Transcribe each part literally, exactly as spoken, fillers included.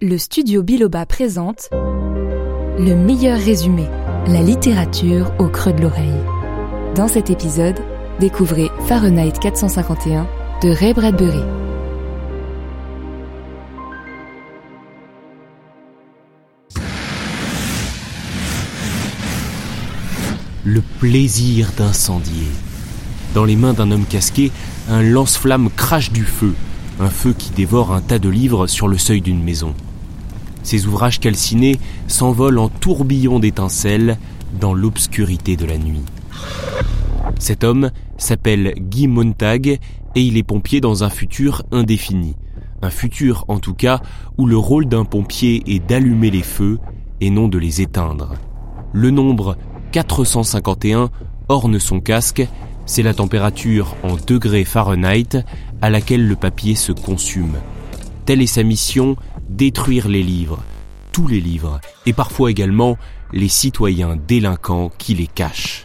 Le studio Biloba présente le meilleur résumé, la littérature au creux de l'oreille. Dans cet épisode, découvrez Fahrenheit quatre cent cinquante et un de Ray Bradbury. Le plaisir d'incendier. Dans les mains d'un homme casqué, un lance-flamme crache du feu, un feu qui dévore un tas de livres sur le seuil d'une maison. Ces ouvrages calcinés s'envolent en tourbillons d'étincelles dans l'obscurité de la nuit. Cet homme s'appelle Guy Montag et il est pompier dans un futur indéfini. Un futur, en tout cas, où le rôle d'un pompier est d'allumer les feux et non de les éteindre. Le nombre quatre cent cinquante et un orne son casque, c'est la température en degrés Fahrenheit à laquelle le papier se consume. Telle est sa mission, détruire les livres, tous les livres, et parfois également les citoyens délinquants qui les cachent.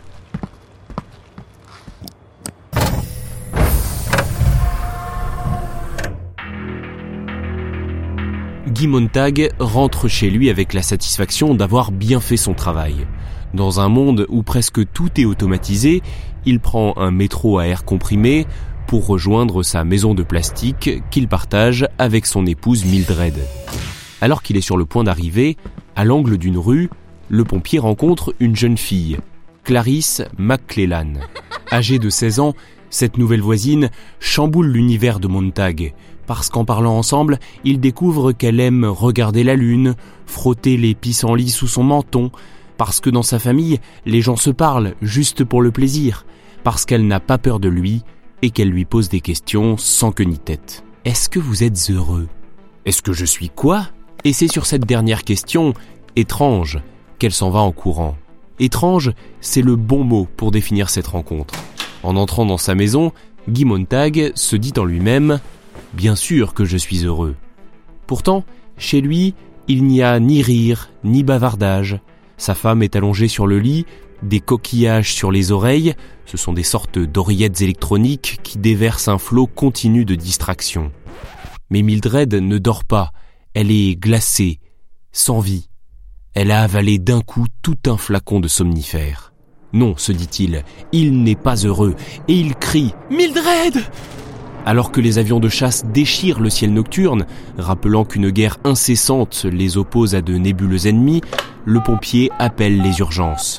Guy Montag rentre chez lui avec la satisfaction d'avoir bien fait son travail. Dans un monde où presque tout est automatisé, il prend un métro à air comprimé pour rejoindre sa maison de plastique qu'il partage avec son épouse Mildred. Alors qu'il est sur le point d'arriver, à l'angle d'une rue, le pompier rencontre une jeune fille, Clarisse McClellan. Âgée de seize ans, cette nouvelle voisine chamboule l'univers de Montag, parce qu'en parlant ensemble, ils découvrent qu'elle aime regarder la lune, frotter les pissenlits sous son menton, parce que dans sa famille, les gens se parlent juste pour le plaisir, parce qu'elle n'a pas peur de lui et qu'elle lui pose des questions sans queue ni tête. Est-ce que vous êtes heureux ? Est-ce que je suis quoi ? Et c'est sur cette dernière question, étrange, qu'elle s'en va en courant. Étrange, c'est le bon mot pour définir cette rencontre. En entrant dans sa maison, Guy Montag se dit en lui-même « Bien sûr que je suis heureux ». Pourtant, chez lui, il n'y a ni rire, ni bavardage. Sa femme est allongée sur le lit, des coquillages sur les oreilles, ce sont des sortes d'oreillettes électroniques qui déversent un flot continu de distraction. Mais Mildred ne dort pas, elle est glacée, sans vie. Elle a avalé d'un coup tout un flacon de somnifère. Non, se dit-il, il n'est pas heureux, et il crie « Mildred !» Alors que les avions de chasse déchirent le ciel nocturne, rappelant qu'une guerre incessante les oppose à de nébuleux ennemis, le pompier appelle les urgences.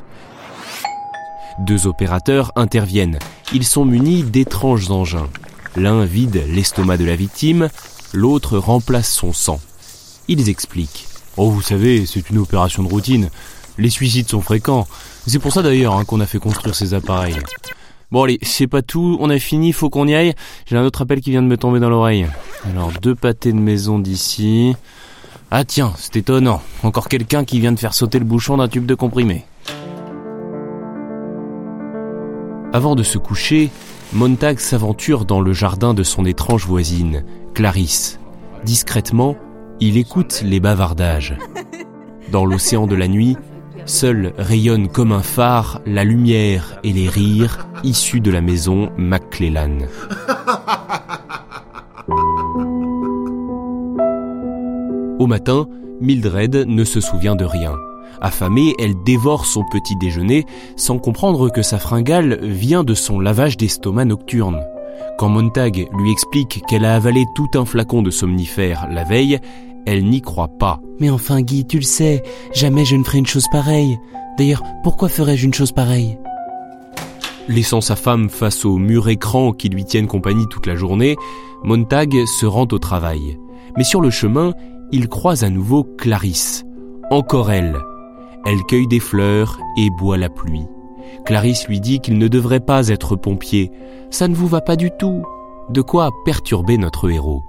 Deux opérateurs interviennent. Ils sont munis d'étranges engins. L'un vide l'estomac de la victime, l'autre remplace son sang. Ils expliquent. « Oh, vous savez, c'est une opération de routine. Les suicides sont fréquents. C'est pour ça d'ailleurs hein, qu'on a fait construire ces appareils. » Bon allez, c'est pas tout, on a fini, faut qu'on y aille. J'ai un autre appel qui vient de me tomber dans l'oreille. Alors, deux pâtés de maison d'ici. Ah tiens, c'est étonnant. Encore quelqu'un qui vient de faire sauter le bouchon d'un tube de comprimé. Avant de se coucher, Montag s'aventure dans le jardin de son étrange voisine, Clarisse. Discrètement, il écoute les bavardages. Dans l'océan de la nuit, seul rayonne comme un phare la lumière et les rires issus de la maison McClellan. Au matin, Mildred ne se souvient de rien. Affamée, elle dévore son petit déjeuner sans comprendre que sa fringale vient de son lavage d'estomac nocturne. Quand Montag lui explique qu'elle a avalé tout un flacon de somnifère la veille, elle n'y croit pas. « Mais enfin Guy, tu le sais, jamais je ne ferai une chose pareille. D'ailleurs, pourquoi ferais-je une chose pareille ?» Laissant sa femme face au mur écran qui lui tiennent compagnie toute la journée, Montag se rend au travail. Mais sur le chemin, il croise à nouveau Clarisse. Encore elle. Elle cueille des fleurs et boit la pluie. Clarisse lui dit qu'il ne devrait pas être pompier. « Ça ne vous va pas du tout. » De quoi perturber notre héros.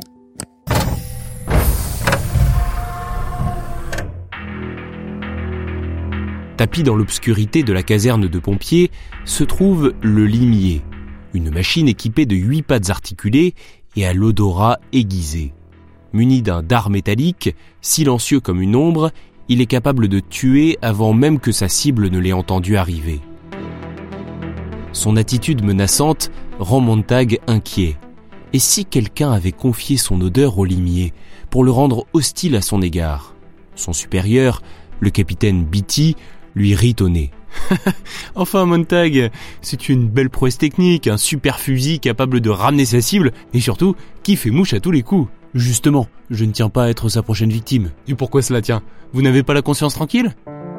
Tapis dans l'obscurité de la caserne de pompiers, se trouve le limier, une machine équipée de huit pattes articulées et à l'odorat aiguisé. Muni d'un dard métallique, silencieux comme une ombre, il est capable de tuer avant même que sa cible ne l'ait entendu arriver. Son attitude menaçante rend Montag inquiet. Et si quelqu'un avait confié son odeur au limier ? pour le rendre hostile à son égard. Son supérieur, le capitaine Beatty, lui rit au nez. « Enfin Montag, c'est une belle prouesse technique, un super fusil capable de ramener sa cible et surtout qui fait mouche à tous les coups. Justement, je ne tiens pas à être sa prochaine victime. Et pourquoi cela tient ? Vous n'avez pas la conscience tranquille ?»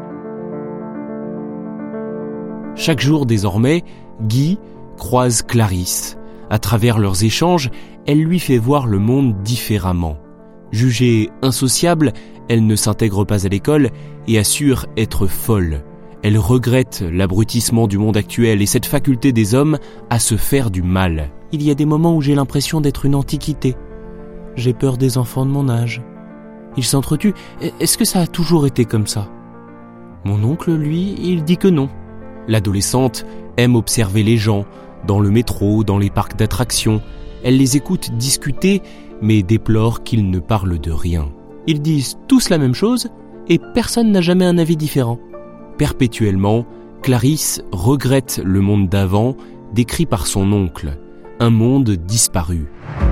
Chaque jour désormais, Guy croise Clarisse. À travers leurs échanges, elle lui fait voir le monde différemment. Jugée insociable, elle ne s'intègre pas à l'école et assure être folle. Elle regrette l'abrutissement du monde actuel et cette faculté des hommes à se faire du mal. Il y a des moments où j'ai l'impression d'être une antiquité. J'ai peur des enfants de mon âge. Ils s'entretuent. Est-ce que ça a toujours été comme ça ? Mon oncle, lui, il dit que non. L'adolescente aime observer les gens, dans le métro, dans les parcs d'attractions. Elle les écoute discuter, mais déplore qu'ils ne parlent de rien. Ils disent tous la même chose et personne n'a jamais un avis différent. Perpétuellement, Clarisse regrette le monde d'avant, décrit par son oncle, un monde disparu.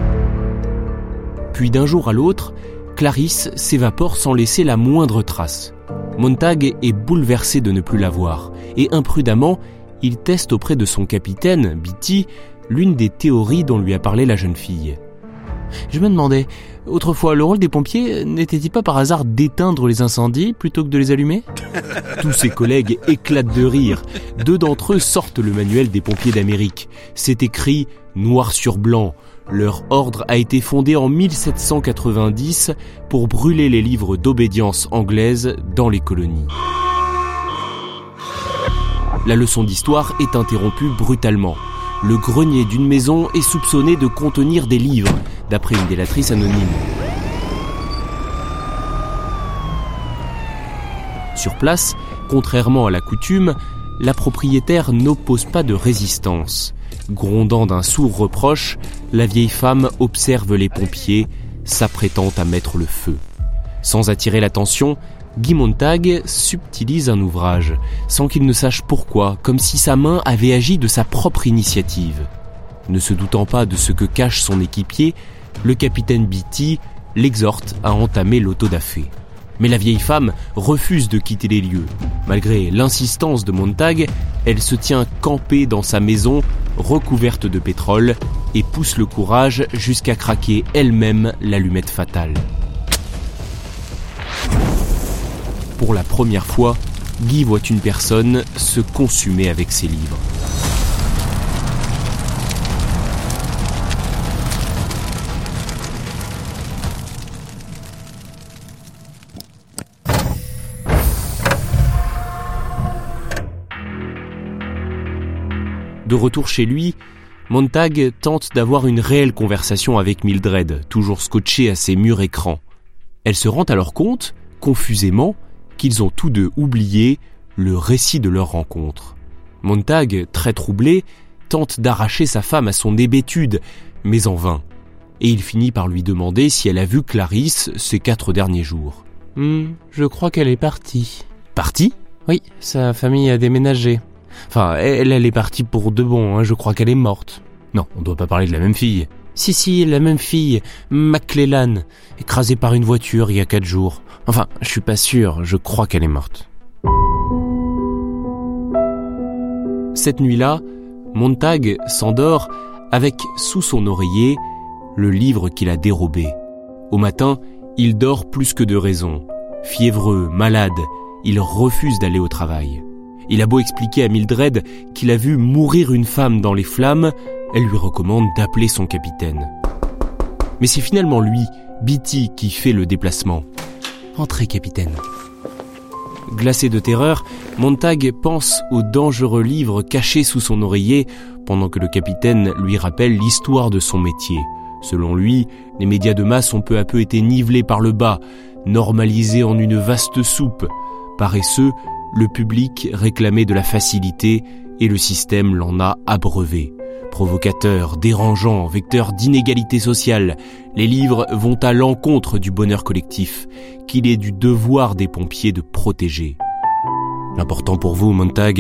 Puis d'un jour à l'autre, Clarisse s'évapore sans laisser la moindre trace. Montag est bouleversé de ne plus la voir, et imprudemment, il teste auprès de son capitaine, Beatty, l'une des théories dont lui a parlé la jeune fille. Je me demandais, autrefois, le rôle des pompiers n'était-il pas par hasard d'éteindre les incendies plutôt que de les allumer ? Tous ses collègues éclatent de rire. Deux d'entre eux sortent le manuel des pompiers d'Amérique. C'est écrit noir sur blanc. Leur ordre a été fondé en mille sept cent quatre-vingt-dix pour brûler les livres d'obédience anglaise dans les colonies. La leçon d'histoire est interrompue brutalement. Le grenier d'une maison est soupçonné de contenir des livres, d'après une délatrice anonyme. Sur place, contrairement à la coutume, la propriétaire n'oppose pas de résistance. Grondant d'un sourd reproche, la vieille femme observe les pompiers, s'apprêtant à mettre le feu. Sans attirer l'attention, Guy Montag subtilise un ouvrage, sans qu'il ne sache pourquoi, comme si sa main avait agi de sa propre initiative. Ne se doutant pas de ce que cache son équipier, le capitaine Beatty l'exhorte à entamer l'autodafé. Mais la vieille femme refuse de quitter les lieux. Malgré l'insistance de Montag, elle se tient campée dans sa maison, recouverte de pétrole, et pousse le courage jusqu'à craquer elle-même l'allumette fatale. Pour la première fois, Guy voit une personne se consumer avec ses livres. De retour chez lui, Montag tente d'avoir une réelle conversation avec Mildred, toujours scotchée à ses murs écrans. Elle se rend alors compte, confusément, qu'ils ont tous deux oublié le récit de leur rencontre. Montag, très troublé, tente d'arracher sa femme à son hébétude, mais en vain. Et il finit par lui demander si elle a vu Clarisse ces quatre derniers jours. Hmm, « Je crois qu'elle est partie. »« Partie ?» ?»« Oui, sa famille a déménagé. Enfin, elle, elle est partie pour de bon, hein, je crois qu'elle est morte. »« Non, on ne doit pas parler de la même fille. »« Si, si, la même fille, McClellan, écrasée par une voiture il y a quatre jours. » Enfin, je suis pas sûr, je crois qu'elle est morte. Cette nuit-là, Montag s'endort avec sous son oreiller le livre qu'il a dérobé. Au matin, il dort plus que de raison. Fiévreux, malade, il refuse d'aller au travail. Il a beau expliquer à Mildred qu'il a vu mourir une femme dans les flammes, elle lui recommande d'appeler son capitaine. Mais c'est finalement lui, Beatty, qui fait le déplacement. « Entrez, capitaine. » Glacé de terreur, Montag pense au dangereux livre caché sous son oreiller pendant que le capitaine lui rappelle l'histoire de son métier. Selon lui, les médias de masse ont peu à peu été nivelés par le bas, normalisés en une vaste soupe. Paresseux, le public réclamait de la facilité et le système l'en a abreuvé. Provocateur, dérangeant, vecteur d'inégalité sociale, les livres vont à l'encontre du bonheur collectif, qu'il est du devoir des pompiers de protéger. L'important pour vous, Montag,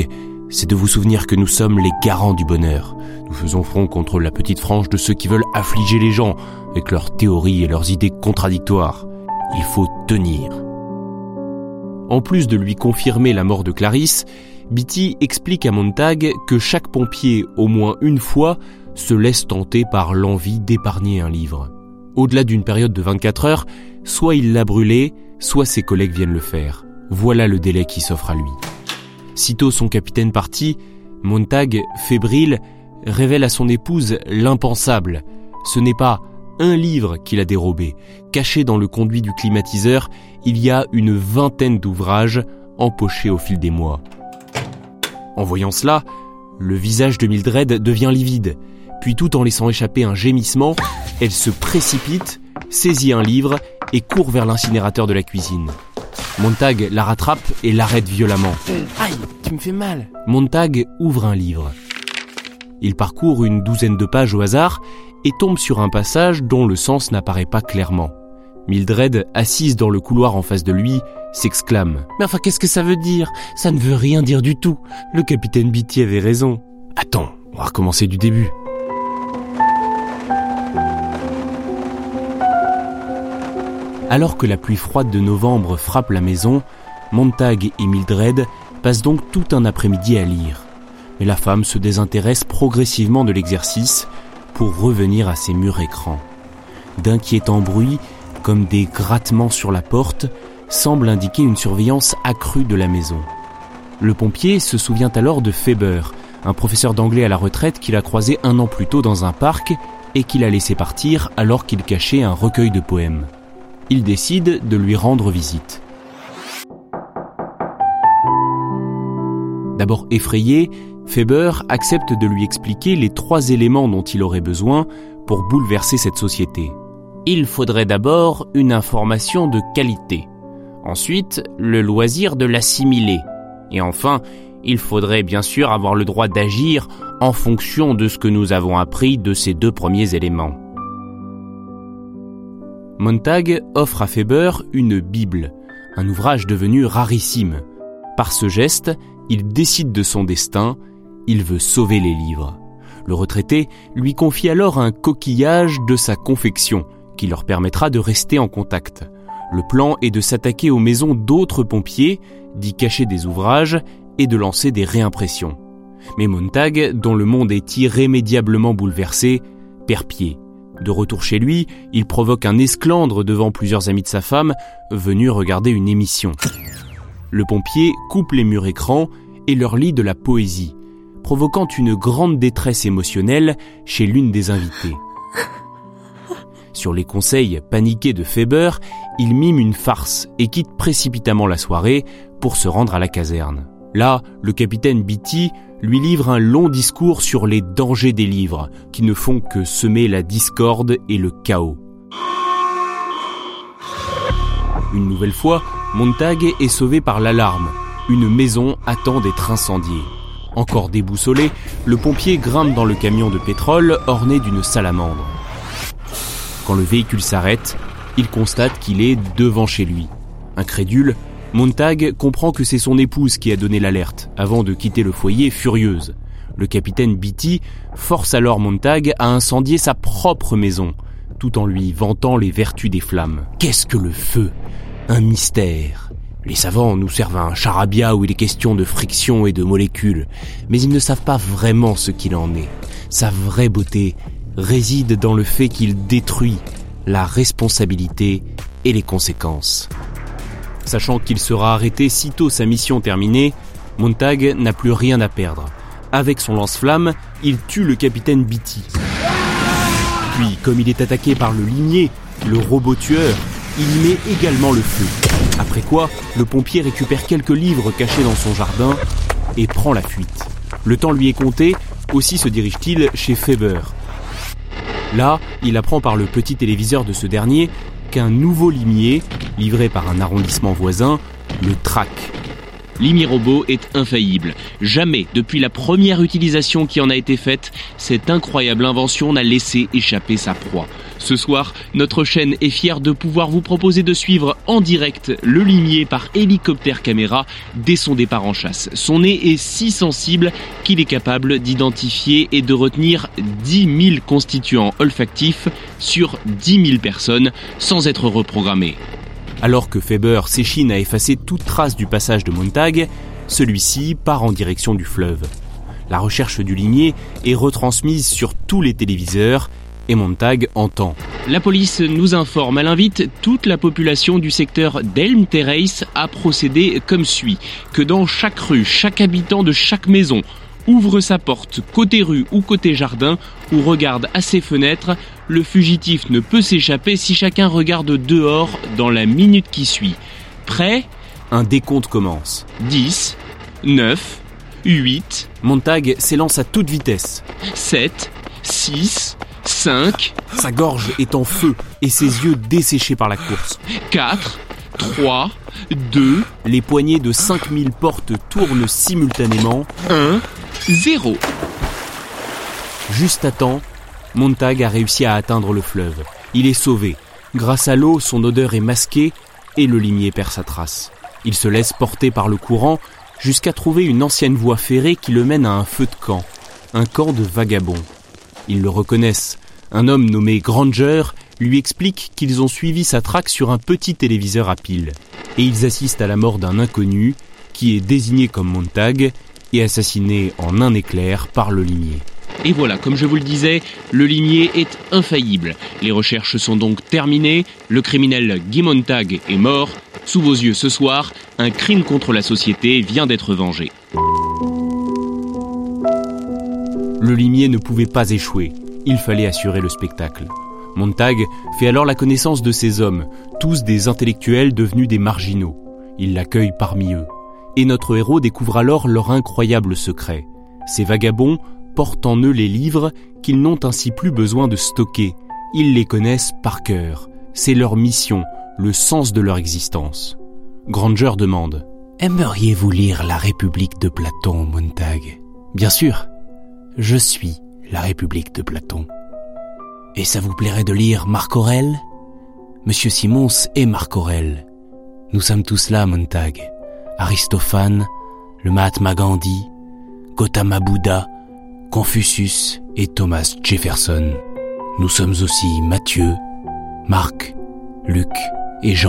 c'est de vous souvenir que nous sommes les garants du bonheur. Nous faisons front contre la petite frange de ceux qui veulent affliger les gens avec leurs théories et leurs idées contradictoires. Il faut tenir. En plus de lui confirmer la mort de Clarisse, Beatty explique à Montag que chaque pompier, au moins une fois, se laisse tenter par l'envie d'épargner un livre. Au-delà d'une période de vingt-quatre heures, soit il l'a brûlé, soit ses collègues viennent le faire. Voilà le délai qui s'offre à lui. Sitôt son capitaine parti, Montag, fébrile, révèle à son épouse l'impensable. Ce n'est pas un livre qu'il a dérobé. Caché dans le conduit du climatiseur, il y a une vingtaine d'ouvrages empochés au fil des mois. En voyant cela, le visage de Mildred devient livide. Puis tout en laissant échapper un gémissement, elle se précipite, saisit un livre et court vers l'incinérateur de la cuisine. Montag la rattrape et l'arrête violemment. « Aïe, tu me fais mal !» Montag ouvre un livre. Il parcourt une douzaine de pages au hasard et tombe sur un passage dont le sens n'apparaît pas clairement. Mildred, assise dans le couloir en face de lui, s'exclame « Mais enfin, qu'est-ce que ça veut dire ? Ça ne veut rien dire du tout. Le capitaine Beatty avait raison. » Attends, on va recommencer du début. Alors que la pluie froide de novembre frappe la maison, Montag et Mildred passent donc tout un après-midi à lire. Mais la femme se désintéresse progressivement de l'exercice pour revenir à ses murs écrans. D'inquiétants bruits, comme des grattements sur la porte, semblent indiquer une surveillance accrue de la maison. Le pompier se souvient alors de Faber, un professeur d'anglais à la retraite qu'il a croisé un an plus tôt dans un parc et qu'il a laissé partir alors qu'il cachait un recueil de poèmes. Il décide de lui rendre visite. D'abord effrayé, Faber accepte de lui expliquer les trois éléments dont il aurait besoin pour bouleverser cette société. Il faudrait d'abord une information de qualité. Ensuite, le loisir de l'assimiler. Et enfin, il faudrait bien sûr avoir le droit d'agir en fonction de ce que nous avons appris de ces deux premiers éléments. Montag offre à Faber une Bible, un ouvrage devenu rarissime. Par ce geste, il décide de son destin, il veut sauver les livres. Le retraité lui confie alors un coquillage de sa confection qui leur permettra de rester en contact. Le plan est de s'attaquer aux maisons d'autres pompiers, d'y cacher des ouvrages et de lancer des réimpressions. Mais Montag, dont le monde est irrémédiablement bouleversé, perd pied. De retour chez lui, il provoque un esclandre devant plusieurs amis de sa femme venus regarder une émission. Le pompier coupe les murs écrans et leur lit de la poésie, provoquant une grande détresse émotionnelle chez l'une des invitées. Sur les conseils paniqués de Faber, il mime une farce et quitte précipitamment la soirée pour se rendre à la caserne. Là, le capitaine Beatty lui livre un long discours sur les dangers des livres, qui ne font que semer la discorde et le chaos. Une nouvelle fois, Montag est sauvé par l'alarme. Une maison attend d'être incendiée. Encore déboussolé, le pompier grimpe dans le camion de pétrole orné d'une salamandre. Quand le véhicule s'arrête, il constate qu'il est devant chez lui. Incrédule, Montag comprend que c'est son épouse qui a donné l'alerte, avant de quitter le foyer furieuse. Le capitaine Beatty force alors Montag à incendier sa propre maison, tout en lui vantant les vertus des flammes. Qu'est-ce que le feu ? Un mystère. Les savants nous servent un charabia où il est question de friction et de molécules, mais ils ne savent pas vraiment ce qu'il en est. Sa vraie beauté réside dans le fait qu'il détruit la responsabilité et les conséquences. Sachant qu'il sera arrêté sitôt sa mission terminée, Montag n'a plus rien à perdre. Avec son lance-flamme, il tue le capitaine Beatty. Puis, comme il est attaqué par le limier, le robot tueur, il met également le feu. Après quoi, le pompier récupère quelques livres cachés dans son jardin et prend la fuite. Le temps lui est compté, aussi se dirige-t-il chez Faber. Là, il apprend par le petit téléviseur de ce dernier qu'un nouveau limier, livré par un arrondissement voisin, le traque. L'Imi-Robot est infaillible. Jamais, depuis la première utilisation qui en a été faite, cette incroyable invention n'a laissé échapper sa proie. Ce soir, notre chaîne est fière de pouvoir vous proposer de suivre en direct le limier par hélicoptère caméra dès son départ en chasse. Son nez est si sensible qu'il est capable d'identifier et de retenir dix mille constituants olfactifs sur dix mille personnes sans être reprogrammé. Alors que Faber s'échine à effacer toute trace du passage de Montag, celui-ci part en direction du fleuve. La recherche du limier est retransmise sur tous les téléviseurs et Montag entend. La police nous informe, elle invite toute la population du secteur d'Elm Terrace à procéder comme suit. Que dans chaque rue, chaque habitant de chaque maison ouvre sa porte côté rue ou côté jardin ou regarde à ses fenêtres. Le fugitif ne peut s'échapper si chacun regarde dehors dans la minute qui suit. Prêt ? Un décompte commence. dix, neuf, huit... Montag s'élance à toute vitesse. sept, six... cinq... Sa gorge est en feu et ses yeux desséchés par la course. quatre, trois, deux... Les poignées de cinq mille portes tournent simultanément. un, zéro. Juste à temps, Montag a réussi à atteindre le fleuve. Il est sauvé. Grâce à l'eau, son odeur est masquée et le limier perd sa trace. Il se laisse porter par le courant jusqu'à trouver une ancienne voie ferrée qui le mène à un feu de camp, un camp de vagabonds. Ils le reconnaissent. Un homme nommé Granger lui explique qu'ils ont suivi sa traque sur un petit téléviseur à piles. Et ils assistent à la mort d'un inconnu qui est désigné comme Montag et assassiné en un éclair par le limier. Et voilà, comme je vous le disais, le limier est infaillible. Les recherches sont donc terminées, le criminel Guy Montag est mort. Sous vos yeux ce soir, un crime contre la société vient d'être vengé. Le limier ne pouvait pas échouer, il fallait assurer le spectacle. Montag fait alors la connaissance de ces hommes, tous des intellectuels devenus des marginaux. Il l'accueille parmi eux. Et notre héros découvre alors leur incroyable secret. Ces vagabonds portent en eux les livres qu'ils n'ont ainsi plus besoin de stocker. Ils les connaissent par cœur. C'est leur mission, le sens de leur existence. Granger demande « Aimeriez-vous lire La République de Platon, Montag ?»« Bien sûr, je suis La République de Platon. »« Et ça vous plairait de lire Marc Aurèle ?»« Monsieur Simons est Marc Aurèle. Nous sommes tous là, Montag. Aristophane, le Mahatma Gandhi, Gautama Bouddha, Confucius et Thomas Jefferson. Nous sommes aussi Matthieu, Marc, Luc et Jean. »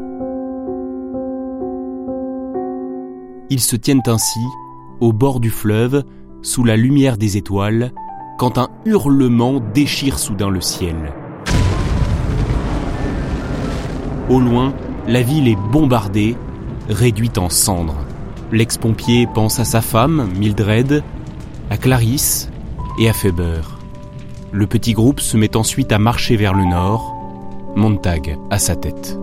Ils se tiennent ainsi, au bord du fleuve, sous la lumière des étoiles, quand un hurlement déchire soudain le ciel. Au loin, la ville est bombardée, réduite en cendres. L'ex-pompier pense à sa femme, Mildred, à Clarisse et à Faber. Le petit groupe se met ensuite à marcher vers le nord, Montag à sa tête.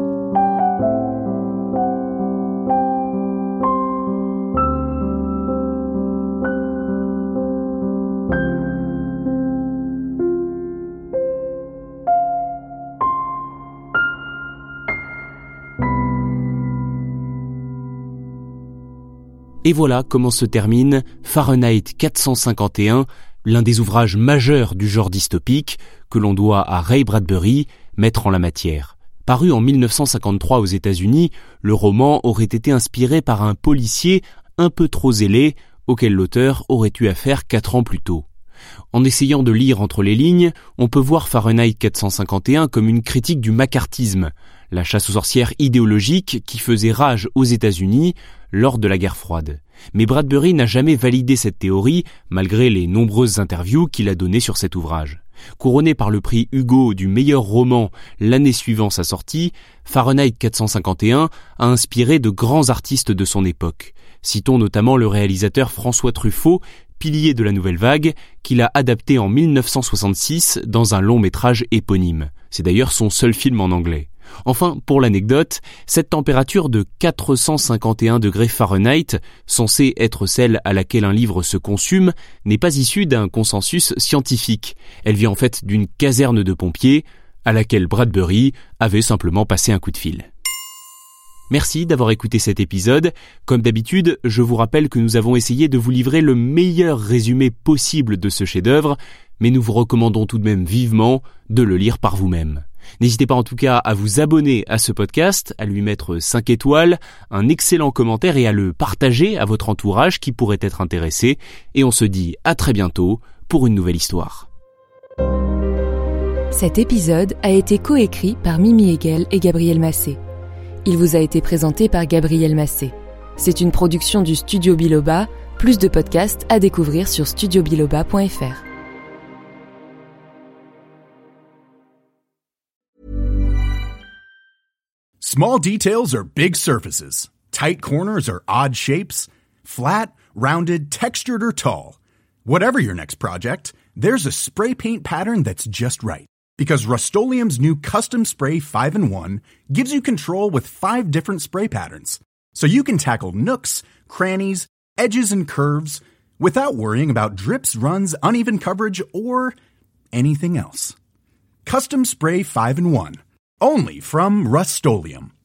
Et voilà comment se termine Fahrenheit quatre cent cinquante et un, l'un des ouvrages majeurs du genre dystopique que l'on doit à Ray Bradbury, maître en la matière. Paru en mille neuf cent cinquante-trois aux États-Unis, le roman aurait été inspiré par un policier un peu trop zélé auquel l'auteur aurait eu affaire quatre ans plus tôt. En essayant de lire entre les lignes, on peut voir Fahrenheit quatre cent cinquante et un comme une critique du macartisme, la chasse aux sorcières idéologique qui faisait rage aux États-Unis lors de la guerre froide. Mais Bradbury n'a jamais validé cette théorie, malgré les nombreuses interviews qu'il a données sur cet ouvrage. Couronné par le prix Hugo du meilleur roman l'année suivant sa sortie, Fahrenheit quatre cent cinquante et un a inspiré de grands artistes de son époque. Citons notamment le réalisateur François Truffaut, pilier de la Nouvelle Vague, qu'il a adapté en mille neuf cent soixante-six dans un long métrage éponyme. C'est d'ailleurs son seul film en anglais. Enfin, pour l'anecdote, cette température de quatre cent cinquante et un degrés Fahrenheit, censée être celle à laquelle un livre se consume, n'est pas issue d'un consensus scientifique. Elle vient en fait d'une caserne de pompiers, à laquelle Bradbury avait simplement passé un coup de fil. Merci d'avoir écouté cet épisode. Comme d'habitude, je vous rappelle que nous avons essayé de vous livrer le meilleur résumé possible de ce chef-d'œuvre, mais nous vous recommandons tout de même vivement de le lire par vous-même. N'hésitez pas en tout cas à vous abonner à ce podcast, à lui mettre cinq étoiles, un excellent commentaire et à le partager à votre entourage qui pourrait être intéressé. Et on se dit à très bientôt pour une nouvelle histoire. Cet épisode a été coécrit par Mimi Hegel et Gabriel Massé. Il vous a été présenté par Gabriel Massé. C'est une production du Studio Biloba. Plus de podcasts à découvrir sur studio biloba point f r. Small details are big surfaces. Tight corners are odd shapes. Flat, rounded, textured, or tall. Whatever your next project, there's a spray paint pattern that's just right. Because Rust-Oleum's new Custom Spray five in one gives you control with five different spray patterns. So you can tackle nooks, crannies, edges, and curves without worrying about drips, runs, uneven coverage, or anything else. Custom Spray five in one. Only from Rust-Oleum.